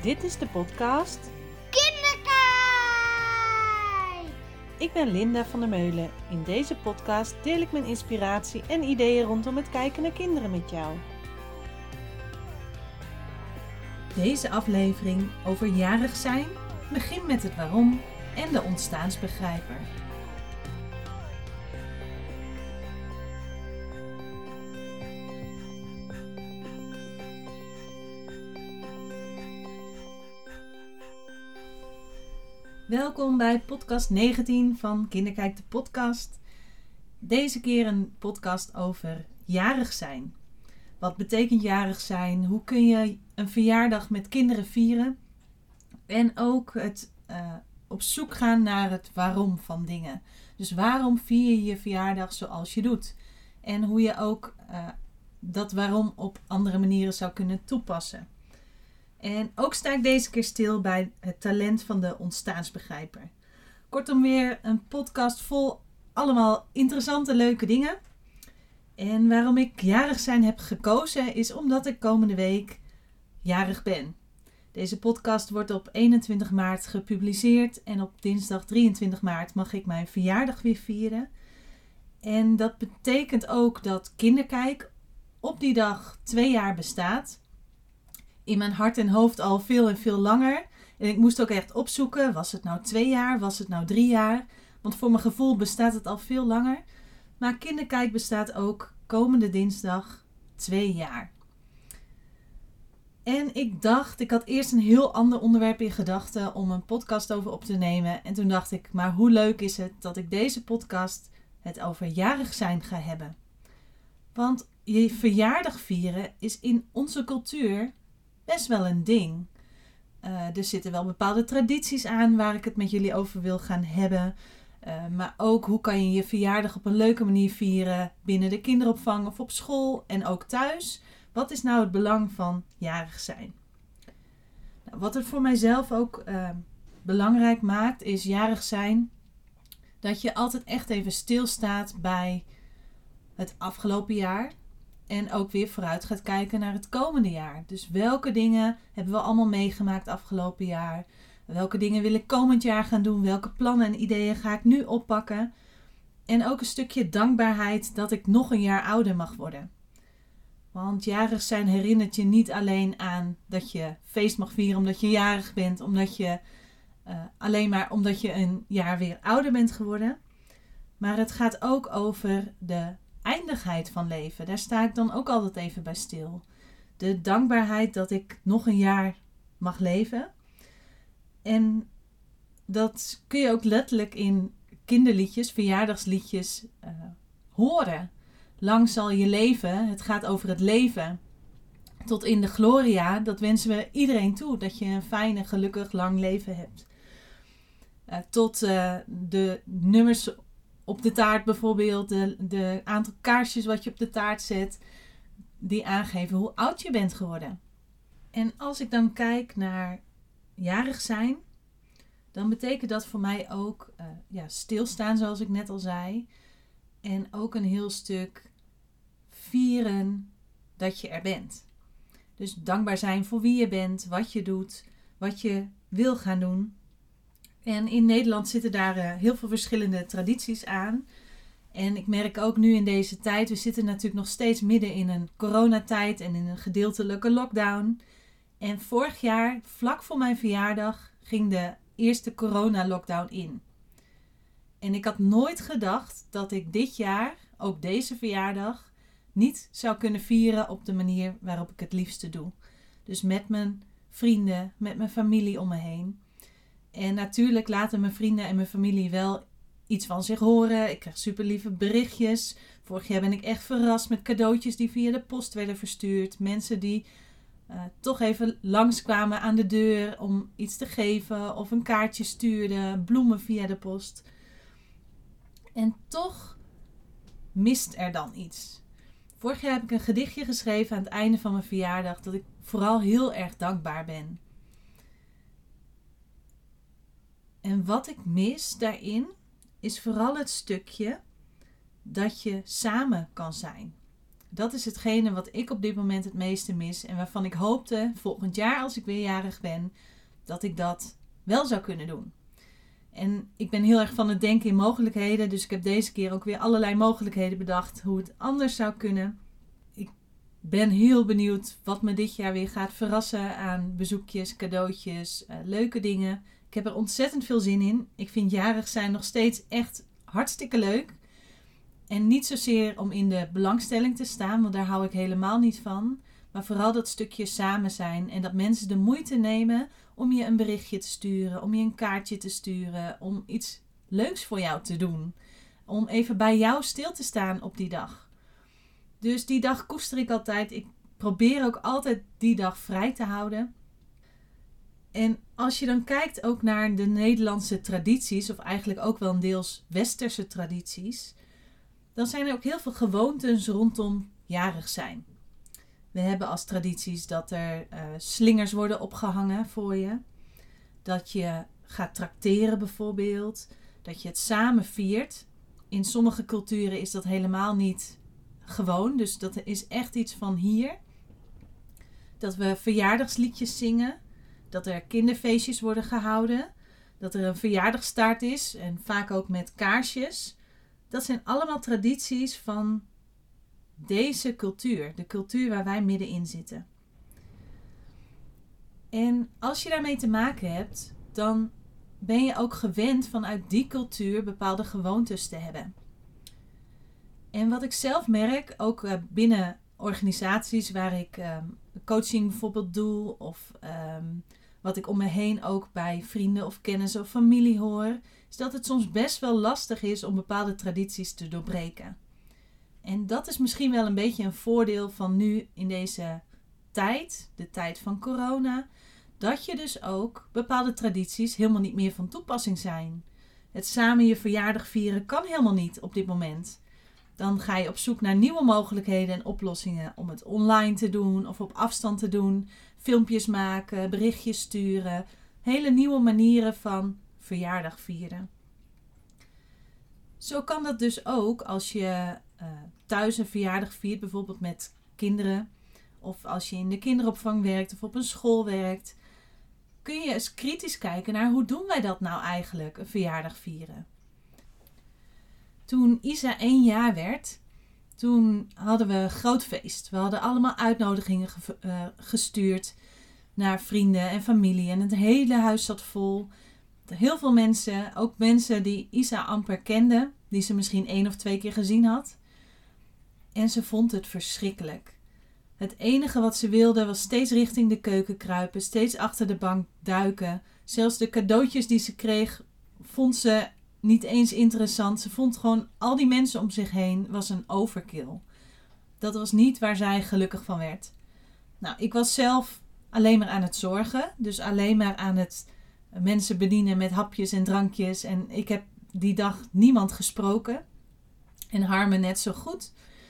Dit is de podcast Kinderkijk! Ik ben Linda van der Meulen. In deze podcast deel ik mijn inspiratie en ideeën rondom het kijken naar kinderen met jou. Deze aflevering over jarig zijn begint met het waarom en de ontstaansbegrijper. Welkom bij podcast 19 van Kinderkijk de podcast. Deze keer een podcast over jarig zijn. Wat betekent jarig zijn? Hoe kun je een verjaardag met kinderen vieren? En ook het op zoek gaan naar het waarom van dingen. Dus waarom vier je je verjaardag zoals je doet? En hoe je ook dat waarom op andere manieren zou kunnen toepassen. En ook sta ik deze keer stil bij het talent van de ontstaansbegrijper. Kortom weer een podcast vol allemaal interessante, leuke dingen. En waarom ik jarig zijn heb gekozen is omdat ik komende week jarig ben. Deze podcast wordt op 21 maart gepubliceerd en op dinsdag 23 maart mag ik mijn verjaardag weer vieren. En dat betekent ook dat Kinderkijk op die dag 2 jaar bestaat. In mijn hart en hoofd al veel en veel langer. En ik moest ook echt opzoeken, was het nou 2 jaar, was het nou 3 jaar? Want voor mijn gevoel bestaat het al veel langer. Maar Kinderkijk bestaat ook komende dinsdag 2 jaar. En ik had eerst een heel ander onderwerp in gedachten om een podcast over op te nemen. En toen dacht ik, maar hoe leuk is het dat ik deze podcast het over jarig zijn ga hebben. Want je verjaardag vieren is in onze cultuur best wel een ding. Er zitten wel bepaalde tradities aan waar ik het met jullie over wil gaan hebben. Maar ook hoe kan je je verjaardag op een leuke manier vieren binnen de kinderopvang of op school en ook thuis. Wat is nou het belang van jarig zijn? Nou, wat het voor mijzelf ook belangrijk maakt is jarig zijn. Dat je altijd echt even stilstaat bij het afgelopen jaar. En ook weer vooruit gaat kijken naar het komende jaar. Dus welke dingen hebben we allemaal meegemaakt afgelopen jaar? Welke dingen wil ik komend jaar gaan doen? Welke plannen en ideeën ga ik nu oppakken? En ook een stukje dankbaarheid dat ik nog een jaar ouder mag worden. Want jarig zijn herinnert je niet alleen aan dat je feest mag vieren omdat je jarig bent. Alleen maar omdat je een jaar weer ouder bent geworden. Maar het gaat ook over de eindigheid van leven. Daar sta ik dan ook altijd even bij stil. De dankbaarheid dat ik nog een jaar mag leven. En dat kun je ook letterlijk in kinderliedjes, verjaardagsliedjes horen. Lang zal je leven, het gaat over het leven. Tot in de gloria, dat wensen we iedereen toe. Dat je een fijn en gelukkig lang leven hebt. Tot de nummers op de taart bijvoorbeeld, de aantal kaarsjes wat je op de taart zet, die aangeven hoe oud je bent geworden. En als ik dan kijk naar jarig zijn, dan betekent dat voor mij ook stilstaan zoals ik net al zei. En ook een heel stuk vieren dat je er bent. Dus dankbaar zijn voor wie je bent, wat je doet, wat je wil gaan doen. En in Nederland zitten daar heel veel verschillende tradities aan. En ik merk ook nu in deze tijd, we zitten natuurlijk nog steeds midden in een coronatijd en in een gedeeltelijke lockdown. En vorig jaar, vlak voor mijn verjaardag, ging de eerste corona-lockdown in. En ik had nooit gedacht dat ik dit jaar, ook deze verjaardag, niet zou kunnen vieren op de manier waarop ik het liefste doe. Dus met mijn vrienden, met mijn familie om me heen. En natuurlijk laten mijn vrienden en mijn familie wel iets van zich horen. Ik krijg super lieve berichtjes. Vorig jaar ben ik echt verrast met cadeautjes die via de post werden verstuurd. Mensen die toch even langskwamen aan de deur om iets te geven. Of een kaartje stuurden, bloemen via de post. En toch mist er dan iets. Vorig jaar heb ik een gedichtje geschreven aan het einde van mijn verjaardag. Dat ik vooral heel erg dankbaar ben. En wat ik mis daarin is vooral het stukje dat je samen kan zijn. Dat is hetgene wat ik op dit moment het meeste mis. En waarvan ik hoopte volgend jaar, als ik weer jarig ben, dat ik dat wel zou kunnen doen. En ik ben heel erg van het denken in mogelijkheden. Dus ik heb deze keer ook weer allerlei mogelijkheden bedacht hoe het anders zou kunnen. Ik ben heel benieuwd wat me dit jaar weer gaat verrassen aan bezoekjes, cadeautjes, leuke dingen. Ik heb er ontzettend veel zin in. Ik vind jarig zijn nog steeds echt hartstikke leuk. En niet zozeer om in de belangstelling te staan, want daar hou ik helemaal niet van. Maar vooral dat stukje samen zijn en dat mensen de moeite nemen om je een berichtje te sturen, om je een kaartje te sturen, om iets leuks voor jou te doen. Om even bij jou stil te staan op die dag. Dus die dag koester ik altijd. Ik probeer ook altijd die dag vrij te houden. En als je dan kijkt ook naar de Nederlandse tradities, of eigenlijk ook wel een deels westerse tradities, dan zijn er ook heel veel gewoontes rondom jarig zijn. We hebben als tradities dat er slingers worden opgehangen voor je. Dat je gaat trakteren bijvoorbeeld. Dat je het samen viert. In sommige culturen is dat helemaal niet gewoon. Dus dat is echt iets van hier. Dat we verjaardagsliedjes zingen. Dat er kinderfeestjes worden gehouden. Dat er een verjaardagstaart is. En vaak ook met kaarsjes. Dat zijn allemaal tradities van deze cultuur. De cultuur waar wij middenin zitten. En als je daarmee te maken hebt, dan ben je ook gewend vanuit die cultuur bepaalde gewoontes te hebben. En wat ik zelf merk, ook binnen organisaties waar ik coaching bijvoorbeeld doe, of wat ik om me heen ook bij vrienden of kennissen of familie hoor, is dat het soms best wel lastig is om bepaalde tradities te doorbreken. En dat is misschien wel een beetje een voordeel van nu in deze tijd, de tijd van corona, dat je dus ook bepaalde tradities helemaal niet meer van toepassing zijn. Het samen je verjaardag vieren kan helemaal niet op dit moment. Dan ga je op zoek naar nieuwe mogelijkheden en oplossingen om het online te doen of op afstand te doen. Filmpjes maken, berichtjes sturen. Hele nieuwe manieren van verjaardag vieren. Zo kan dat dus ook als je thuis een verjaardag viert, bijvoorbeeld met kinderen. Of als je in de kinderopvang werkt of op een school werkt. Kun je eens kritisch kijken naar hoe doen wij dat nou eigenlijk, een verjaardag vieren. Toen Isa 1 jaar werd, toen hadden we een groot feest. We hadden allemaal uitnodigingen gestuurd naar vrienden en familie. En het hele huis zat vol. Heel veel mensen, ook mensen die Isa amper kenden, die ze misschien 1 of 2 keer gezien had. En ze vond het verschrikkelijk. Het enige wat ze wilde was steeds richting de keuken kruipen, steeds achter de bank duiken. Zelfs de cadeautjes die ze kreeg, vond ze niet eens interessant. Ze vond gewoon al die mensen om zich heen was een overkill. Dat was niet waar zij gelukkig van werd. Nou, ik was zelf alleen maar aan het zorgen. Dus alleen maar aan het mensen bedienen met hapjes en drankjes. En ik heb die dag niemand gesproken. En Harmen net zo goed.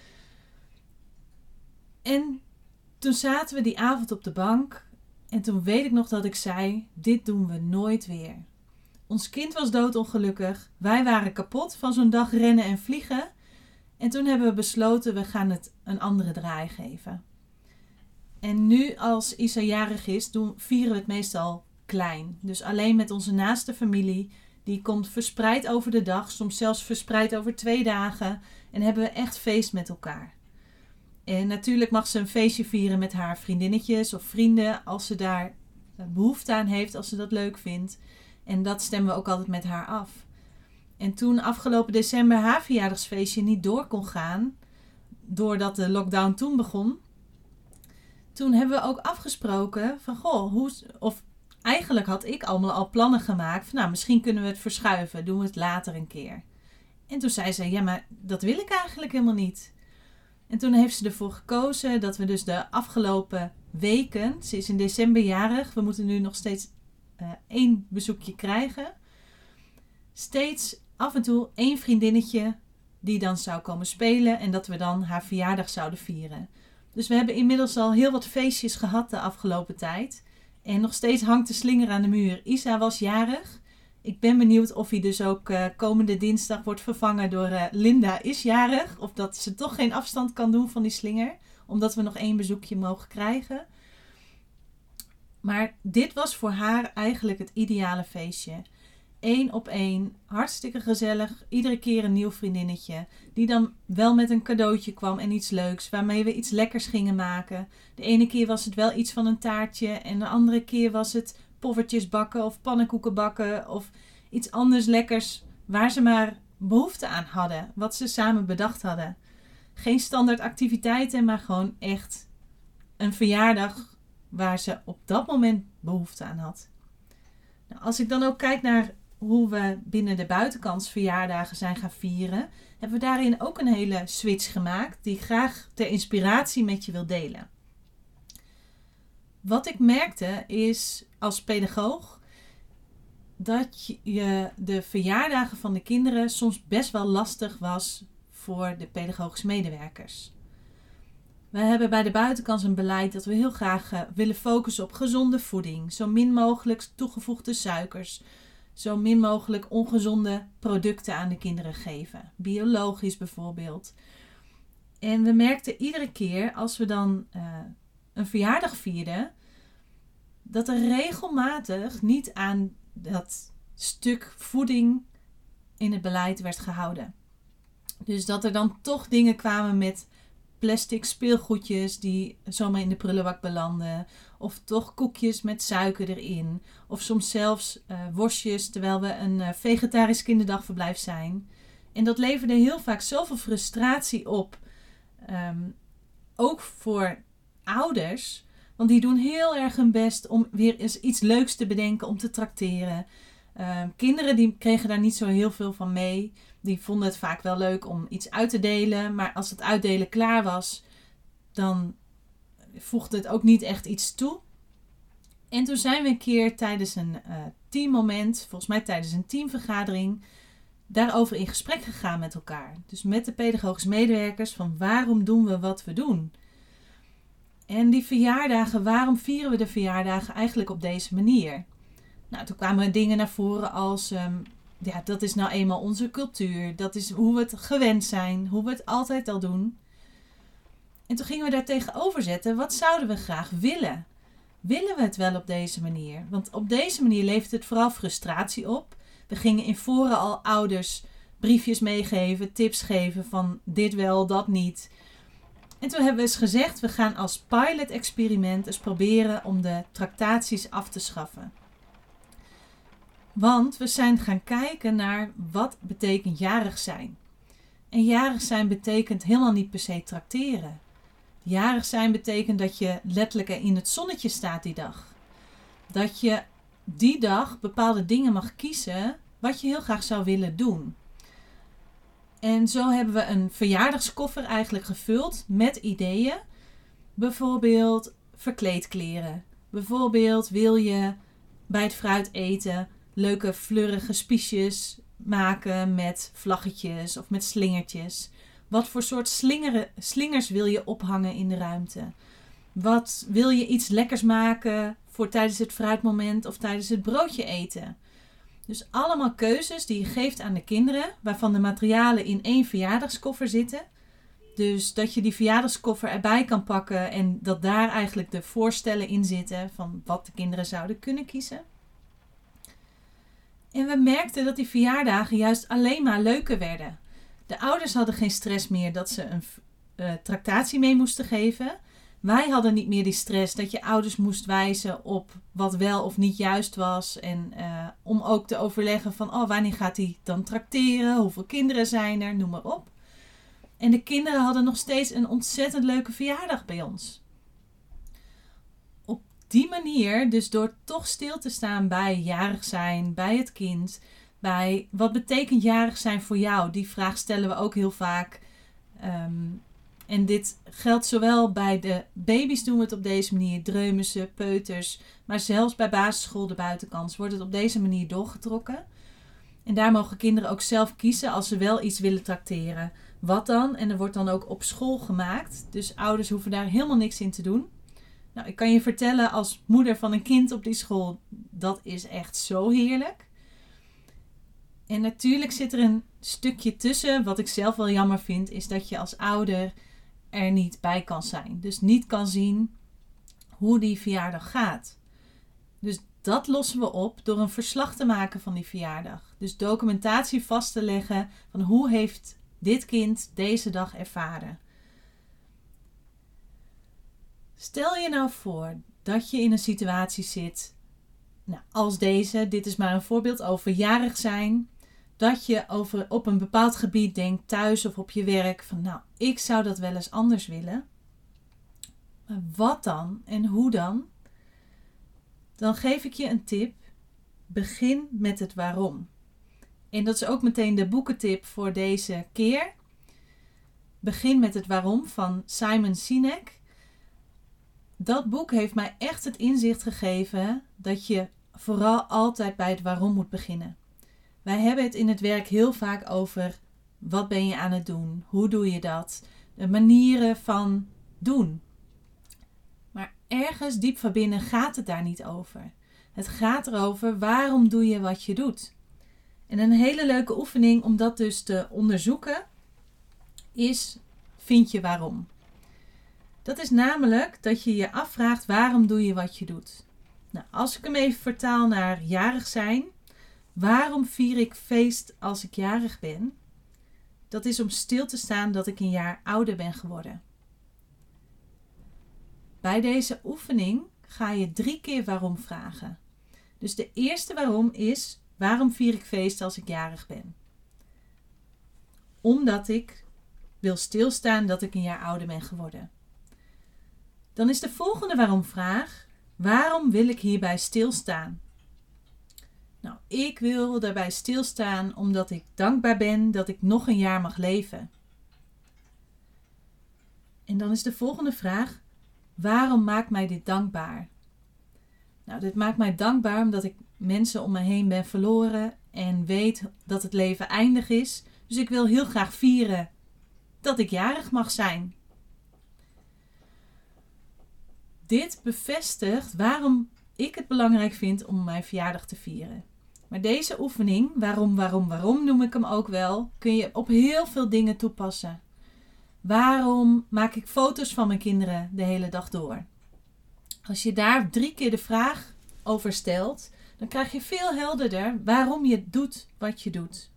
En toen zaten we die avond op de bank. En toen weet ik nog dat ik zei, dit doen we nooit weer. Ons kind was doodongelukkig. Wij waren kapot van zo'n dag rennen en vliegen. En toen hebben we besloten, we gaan het een andere draai geven. En nu als Isa jarig is, vieren we het meestal klein. Dus alleen met onze naaste familie. Die komt verspreid over de dag, soms zelfs verspreid over 2 dagen. En hebben we echt feest met elkaar. En natuurlijk mag ze een feestje vieren met haar vriendinnetjes of vrienden als ze daar behoefte aan heeft, als ze dat leuk vindt. En dat stemmen we ook altijd met haar af. En toen afgelopen december haar verjaardagsfeestje niet door kon gaan, doordat de lockdown toen begon, toen hebben we ook afgesproken van eigenlijk had ik allemaal al plannen gemaakt van misschien kunnen we het verschuiven, doen we het later een keer. En toen zei ze, ja maar dat wil ik eigenlijk helemaal niet. En toen heeft ze ervoor gekozen dat we dus de afgelopen weken, ze is in december jarig, we moeten nu nog steeds 1 bezoekje krijgen. Steeds af en toe 1 vriendinnetje die dan zou komen spelen en dat we dan haar verjaardag zouden vieren. Dus we hebben inmiddels al heel wat feestjes gehad de afgelopen tijd. En nog steeds hangt de slinger aan de muur. Isa was jarig. Ik ben benieuwd of hij dus ook komende dinsdag wordt vervangen door Linda is jarig. Of dat ze toch geen afstand kan doen van die slinger. Omdat we nog 1 bezoekje mogen krijgen. Maar dit was voor haar eigenlijk het ideale feestje. 1 op 1, hartstikke gezellig. Iedere keer een nieuw vriendinnetje. Die dan wel met een cadeautje kwam en iets leuks. Waarmee we iets lekkers gingen maken. De ene keer was het wel iets van een taartje. En de andere keer was het poffertjes bakken of pannenkoeken bakken. Of iets anders lekkers waar ze maar behoefte aan hadden. Wat ze samen bedacht hadden. Geen standaard activiteiten, maar gewoon echt een verjaardag waar ze op dat moment behoefte aan had. Nou, als ik dan ook kijk naar hoe we binnen de buitenkans verjaardagen zijn gaan vieren, hebben we daarin ook een hele switch gemaakt die ik graag ter inspiratie met je wil delen. Wat ik merkte is als pedagoog dat je de verjaardagen van de kinderen soms best wel lastig was voor de pedagogische medewerkers. We hebben bij de buitenkans een beleid dat we heel graag willen focussen op gezonde voeding. Zo min mogelijk toegevoegde suikers. Zo min mogelijk ongezonde producten aan de kinderen geven. Biologisch bijvoorbeeld. En we merkten iedere keer als we dan een verjaardag vierden, dat er regelmatig niet aan dat stuk voeding in het beleid werd gehouden. Dus dat er dan toch dingen kwamen met plastic speelgoedjes die zomaar in de prullenbak belanden. Of toch koekjes met suiker erin. Of soms zelfs worstjes terwijl we een vegetarisch kinderdagverblijf zijn. En dat leverde heel vaak zoveel frustratie op. Ook voor ouders. Want die doen heel erg hun best om weer eens iets leuks te bedenken om te trakteren. Kinderen die kregen daar niet zo heel veel van mee. Die vonden het vaak wel leuk om iets uit te delen. Maar als het uitdelen klaar was, dan voegde het ook niet echt iets toe. En toen zijn we een keer tijdens een teammoment, volgens mij tijdens een teamvergadering, daarover in gesprek gegaan met elkaar. Dus met de pedagogische medewerkers van waarom doen we wat we doen? En die verjaardagen, waarom vieren we de verjaardagen eigenlijk op deze manier? Nou, toen kwamen er dingen naar voren als, dat is nou eenmaal onze cultuur. Dat is hoe we het gewend zijn, hoe we het altijd al doen. En toen gingen we daar tegenover zetten, wat zouden we graag willen? Willen we het wel op deze manier? Want op deze manier levert het vooral frustratie op. We gingen in voren al ouders briefjes meegeven, tips geven van dit wel, dat niet. En toen hebben we eens gezegd, we gaan als pilot-experiment eens proberen om de tractaties af te schaffen. Want we zijn gaan kijken naar wat betekent jarig zijn. En jarig zijn betekent helemaal niet per se trakteren. Jarig zijn betekent dat je letterlijk in het zonnetje staat die dag. Dat je die dag bepaalde dingen mag kiezen wat je heel graag zou willen doen. En zo hebben we een verjaardagskoffer eigenlijk gevuld met ideeën. Bijvoorbeeld verkleedkleren. Bijvoorbeeld wil je bij het fruit eten leuke fleurige spiesjes maken met vlaggetjes of met slingertjes. Wat voor soort slingers wil je ophangen in de ruimte? Wat wil je iets lekkers maken voor tijdens het fruitmoment of tijdens het broodje eten? Dus allemaal keuzes die je geeft aan de kinderen, waarvan de materialen in 1 verjaardagskoffer zitten. Dus dat je die verjaardagskoffer erbij kan pakken en dat daar eigenlijk de voorstellen in zitten van wat de kinderen zouden kunnen kiezen. En we merkten dat die verjaardagen juist alleen maar leuker werden. De ouders hadden geen stress meer dat ze een tractatie mee moesten geven. Wij hadden niet meer die stress dat je ouders moest wijzen op wat wel of niet juist was. En om ook te overleggen van wanneer gaat hij dan trakteren? Hoeveel kinderen zijn er? Noem maar op. En de kinderen hadden nog steeds een ontzettend leuke verjaardag bij ons. Op die manier, dus door toch stil te staan bij jarig zijn, bij het kind, bij wat betekent jarig zijn voor jou? Die vraag stellen we ook heel vaak. En dit geldt zowel bij de baby's doen we het op deze manier, dreumissen, peuters, maar zelfs bij basisschool de buitenkans wordt het op deze manier doorgetrokken. En daar mogen kinderen ook zelf kiezen als ze wel iets willen trakteren. Wat dan? En er wordt dan ook op school gemaakt. Dus ouders hoeven daar helemaal niks in te doen. Nou, ik kan je vertellen als moeder van een kind op die school, dat is echt zo heerlijk. En natuurlijk zit er een stukje tussen, wat ik zelf wel jammer vind, is dat je als ouder er niet bij kan zijn. Dus niet kan zien hoe die verjaardag gaat. Dus dat lossen we op door een verslag te maken van die verjaardag. Dus documentatie vast te leggen van hoe heeft dit kind deze dag ervaren. Stel je nou voor dat je in een situatie zit, als deze, dit is maar een voorbeeld over jarig zijn, dat je op een bepaald gebied denkt, thuis of op je werk, van ik zou dat wel eens anders willen. Maar wat dan en hoe dan? Dan geef ik je een tip. Begin met het waarom. En dat is ook meteen de boekentip voor deze keer. Begin met het waarom van Simon Sinek. Dat boek heeft mij echt het inzicht gegeven dat je vooral altijd bij het waarom moet beginnen. Wij hebben het in het werk heel vaak over wat ben je aan het doen? Hoe doe je dat? De manieren van doen. Maar ergens diep van binnen gaat het daar niet over. Het gaat erover waarom doe je wat je doet. En een hele leuke oefening om dat dus te onderzoeken is, vind je waarom? Dat is namelijk dat je je afvraagt waarom doe je wat je doet. Als ik hem even vertaal naar jarig zijn. Waarom vier ik feest als ik jarig ben? Dat is om stil te staan dat ik een jaar ouder ben geworden. Bij deze oefening ga je 3 keer waarom vragen. Dus de eerste waarom is, waarom vier ik feest als ik jarig ben? Omdat ik wil stilstaan dat ik een jaar ouder ben geworden. Dan is de volgende waarom-vraag, waarom wil ik hierbij stilstaan? Ik wil daarbij stilstaan omdat ik dankbaar ben dat ik nog een jaar mag leven. En dan is de volgende vraag, waarom maakt mij dit dankbaar? Dit maakt mij dankbaar omdat ik mensen om me heen ben verloren en weet dat het leven eindig is. Dus ik wil heel graag vieren dat ik jarig mag zijn. Dit bevestigt waarom ik het belangrijk vind om mijn verjaardag te vieren. Maar deze oefening, waarom noem ik hem ook wel, kun je op heel veel dingen toepassen. Waarom maak ik foto's van mijn kinderen de hele dag door? Als je daar 3 keer de vraag over stelt, dan krijg je veel helderder waarom je doet wat je doet.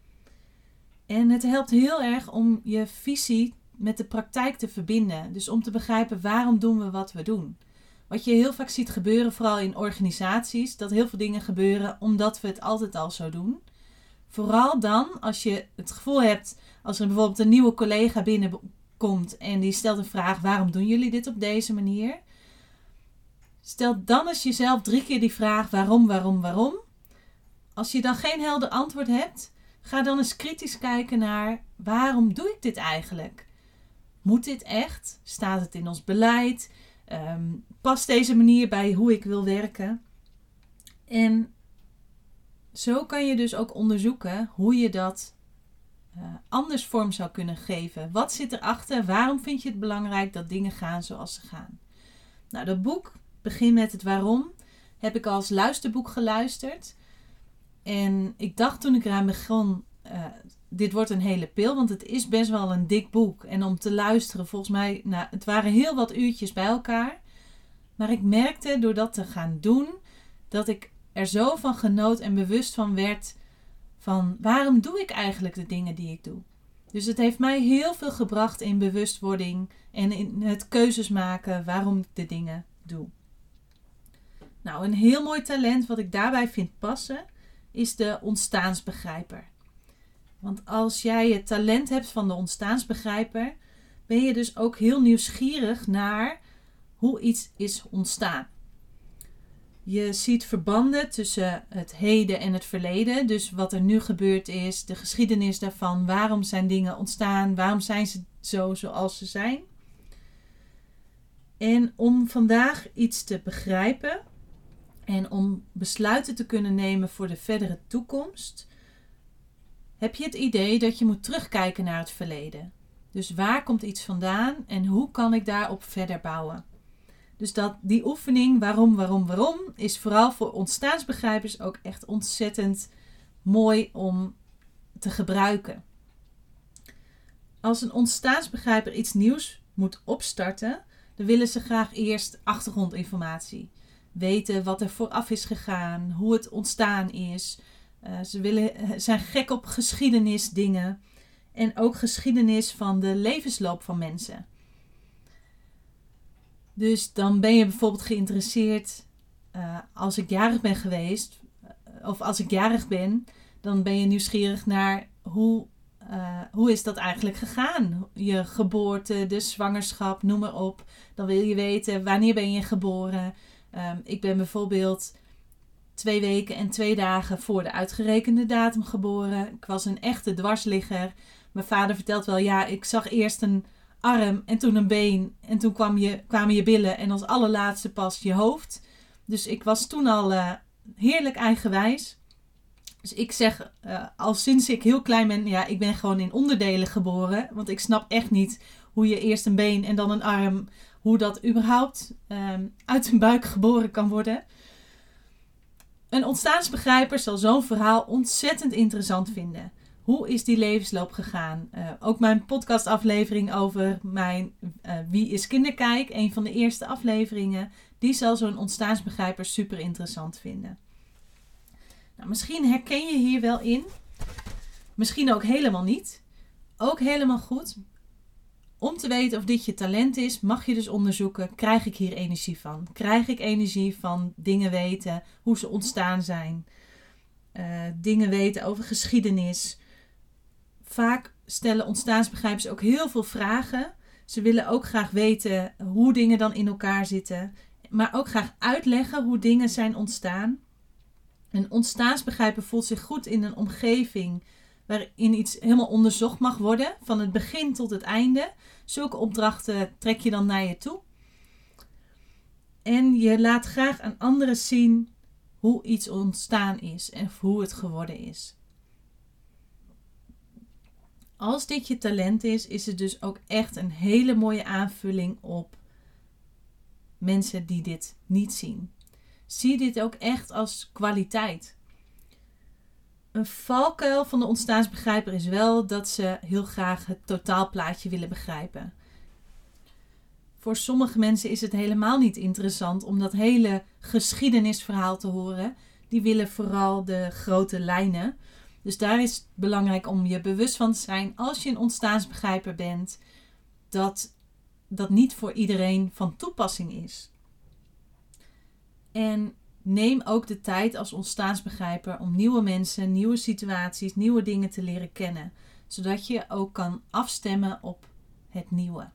En het helpt heel erg om je visie met de praktijk te verbinden. Dus om te begrijpen waarom doen we wat we doen. Wat je heel vaak ziet gebeuren, vooral in organisaties, dat heel veel dingen gebeuren omdat we het altijd al zo doen. Vooral dan als je het gevoel hebt, als er bijvoorbeeld een nieuwe collega binnenkomt en die stelt een vraag, waarom doen jullie dit op deze manier? Stel dan eens jezelf 3 keer die vraag, waarom? Als je dan geen helder antwoord hebt, ga dan eens kritisch kijken naar, waarom doe ik dit eigenlijk? Moet dit echt? Staat het in ons beleid? Past deze manier bij hoe ik wil werken? En zo kan je dus ook onderzoeken hoe je dat anders vorm zou kunnen geven. Wat zit erachter? Waarom vind je het belangrijk dat dingen gaan zoals ze gaan? Dat boek, Begin met het waarom, heb ik als luisterboek geluisterd. En ik dacht toen ik eraan begon, dit wordt een hele pil, want het is best wel een dik boek. En om te luisteren, volgens mij, het waren heel wat uurtjes bij elkaar. Maar ik merkte door dat te gaan doen, dat ik er zo van genoot en bewust van werd van waarom doe ik eigenlijk de dingen die ik doe. Dus het heeft mij heel veel gebracht in bewustwording en in het keuzes maken waarom ik de dingen doe. Een heel mooi talent wat ik daarbij vind passen is de ontstaansbegrijper. Want als jij het talent hebt van de ontstaansbegrijper, ben je dus ook heel nieuwsgierig naar hoe iets is ontstaan. Je ziet verbanden tussen het heden en het verleden. Dus wat er nu gebeurd is, de geschiedenis daarvan. Waarom zijn dingen ontstaan? Waarom zijn ze zo zoals ze zijn? En om vandaag iets te begrijpen en om besluiten te kunnen nemen voor de verdere toekomst, heb je het idee dat je moet terugkijken naar het verleden. Dus waar komt iets vandaan en hoe kan ik daarop verder bouwen? Dus die oefening waarom is vooral voor ontstaansbegrijpers ook echt ontzettend mooi om te gebruiken. Als een ontstaansbegrijper iets nieuws moet opstarten, dan willen ze graag eerst achtergrondinformatie. Weten wat er vooraf is gegaan, hoe het ontstaan is. Ze zijn gek op geschiedenisdingen en ook geschiedenis van de levensloop van mensen. Dus dan ben je bijvoorbeeld geïnteresseerd als ik jarig ben geweest, of als ik jarig ben, dan ben je nieuwsgierig naar hoe is dat eigenlijk gegaan? Je geboorte, de zwangerschap, noem maar op. Dan wil je weten wanneer ben je geboren. Ik ben bijvoorbeeld 2 weken en 2 dagen voor de uitgerekende datum geboren. Ik was een echte dwarsligger. Mijn vader vertelt wel, ja, ik zag eerst een arm en toen een been. En toen kwamen je billen en als allerlaatste pas je hoofd. Dus ik was toen al heerlijk eigenwijs. Dus ik zeg, al sinds ik heel klein ben, ja, ik ben gewoon in onderdelen geboren. Want ik snap echt niet hoe je eerst een been en dan een arm, hoe dat überhaupt uit een buik geboren kan worden. Een ontstaansbegrijper zal zo'n verhaal ontzettend interessant vinden. Hoe is die levensloop gegaan? Ook mijn podcastaflevering over mijn Wie is Kinderkijk, een van de eerste afleveringen, die zal zo'n ontstaansbegrijper super interessant vinden. Nou, misschien herken je hier wel in. Misschien ook helemaal niet. Ook helemaal goed. Om te weten of dit je talent is, mag je dus onderzoeken, krijg ik hier energie van? Krijg ik energie van dingen weten, hoe ze ontstaan zijn? Dingen weten over geschiedenis. Vaak stellen ontstaansbegrijpers ook heel veel vragen. Ze willen ook graag weten hoe dingen dan in elkaar zitten. Maar ook graag uitleggen hoe dingen zijn ontstaan. Een ontstaansbegrijper voelt zich goed in een omgeving waarin iets helemaal onderzocht mag worden, van het begin tot het einde. Zulke opdrachten trek je dan naar je toe. En je laat graag aan anderen zien hoe iets ontstaan is en hoe het geworden is. Als dit je talent is het dus ook echt een hele mooie aanvulling op mensen die dit niet zien. Zie dit ook echt als kwaliteit. Een valkuil van de ontstaansbegrijper is wel dat ze heel graag het totaalplaatje willen begrijpen. Voor sommige mensen is het helemaal niet interessant om dat hele geschiedenisverhaal te horen. Die willen vooral de grote lijnen. Dus daar is het belangrijk om je bewust van te zijn, als je een ontstaansbegrijper bent, dat dat niet voor iedereen van toepassing is. En neem ook de tijd als ontstaansbegrijper om nieuwe mensen, nieuwe situaties, nieuwe dingen te leren kennen. Zodat je ook kan afstemmen op het nieuwe.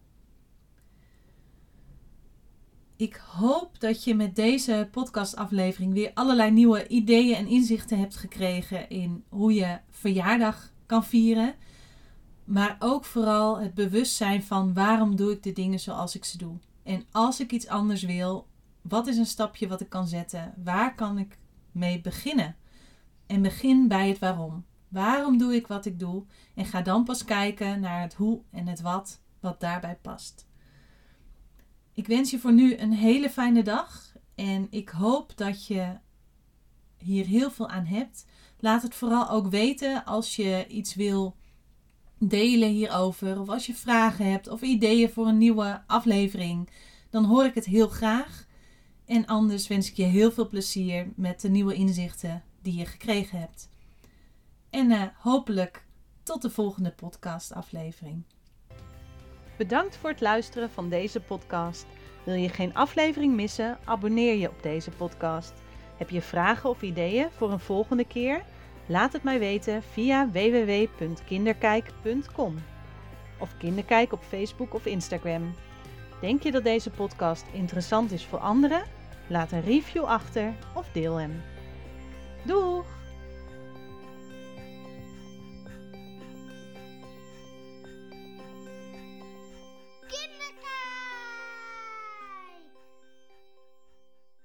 Ik hoop dat je met deze podcastaflevering weer allerlei nieuwe ideeën en inzichten hebt gekregen in hoe je verjaardag kan vieren. Maar ook vooral het bewustzijn van waarom doe ik de dingen zoals ik ze doe. En als ik iets anders wil, wat is een stapje wat ik kan zetten? Waar kan ik mee beginnen? En begin bij het waarom. Waarom doe ik wat ik doe? En ga dan pas kijken naar het hoe en het wat daarbij past. Ik wens je voor nu een hele fijne dag. En ik hoop dat je hier heel veel aan hebt. Laat het vooral ook weten als je iets wil delen hierover. Of als je vragen hebt of ideeën voor een nieuwe aflevering. Dan hoor ik het heel graag. En anders wens ik je heel veel plezier met de nieuwe inzichten die je gekregen hebt. En hopelijk tot de volgende podcastaflevering. Bedankt voor het luisteren van deze podcast. Wil je geen aflevering missen? Abonneer je op deze podcast. Heb je vragen of ideeën voor een volgende keer? Laat het mij weten via www.kinderkijk.com of Kinderkijk op Facebook of Instagram. Denk je dat deze podcast interessant is voor anderen? Laat een review achter of deel hem. Doeg!